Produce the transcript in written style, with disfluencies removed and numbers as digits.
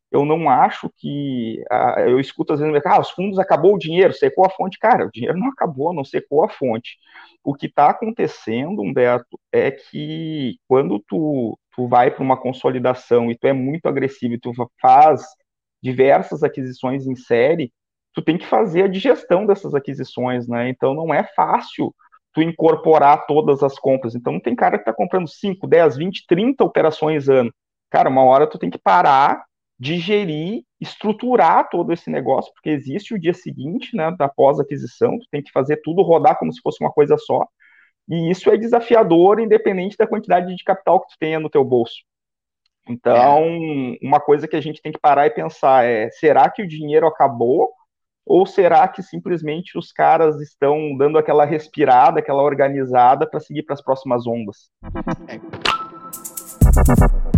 eu não acho que... eu escuto às vezes no mercado, os fundos acabou o dinheiro, secou a fonte. Cara, o dinheiro não acabou, não secou a fonte. O que está acontecendo, Humberto, é que quando tu vai para uma consolidação e tu é muito agressivo e tu faz diversas aquisições em série, tu tem que fazer a digestão dessas aquisições, né? Então não é fácil tu incorporar todas as compras. Então tem cara que está comprando 5, 10, 20, 30 operações ano. Cara, uma hora tu tem que parar, digerir, estruturar todo esse negócio, porque existe o dia seguinte, né, da pós-aquisição, tu tem que fazer tudo rodar como se fosse uma coisa só, e isso é desafiador, independente da quantidade de capital que tu tenha no teu bolso. É, Então, uma coisa que a gente tem que parar e pensar é, será que o dinheiro acabou? Ou será que simplesmente os caras estão dando aquela respirada, aquela organizada para seguir para as próximas ondas? é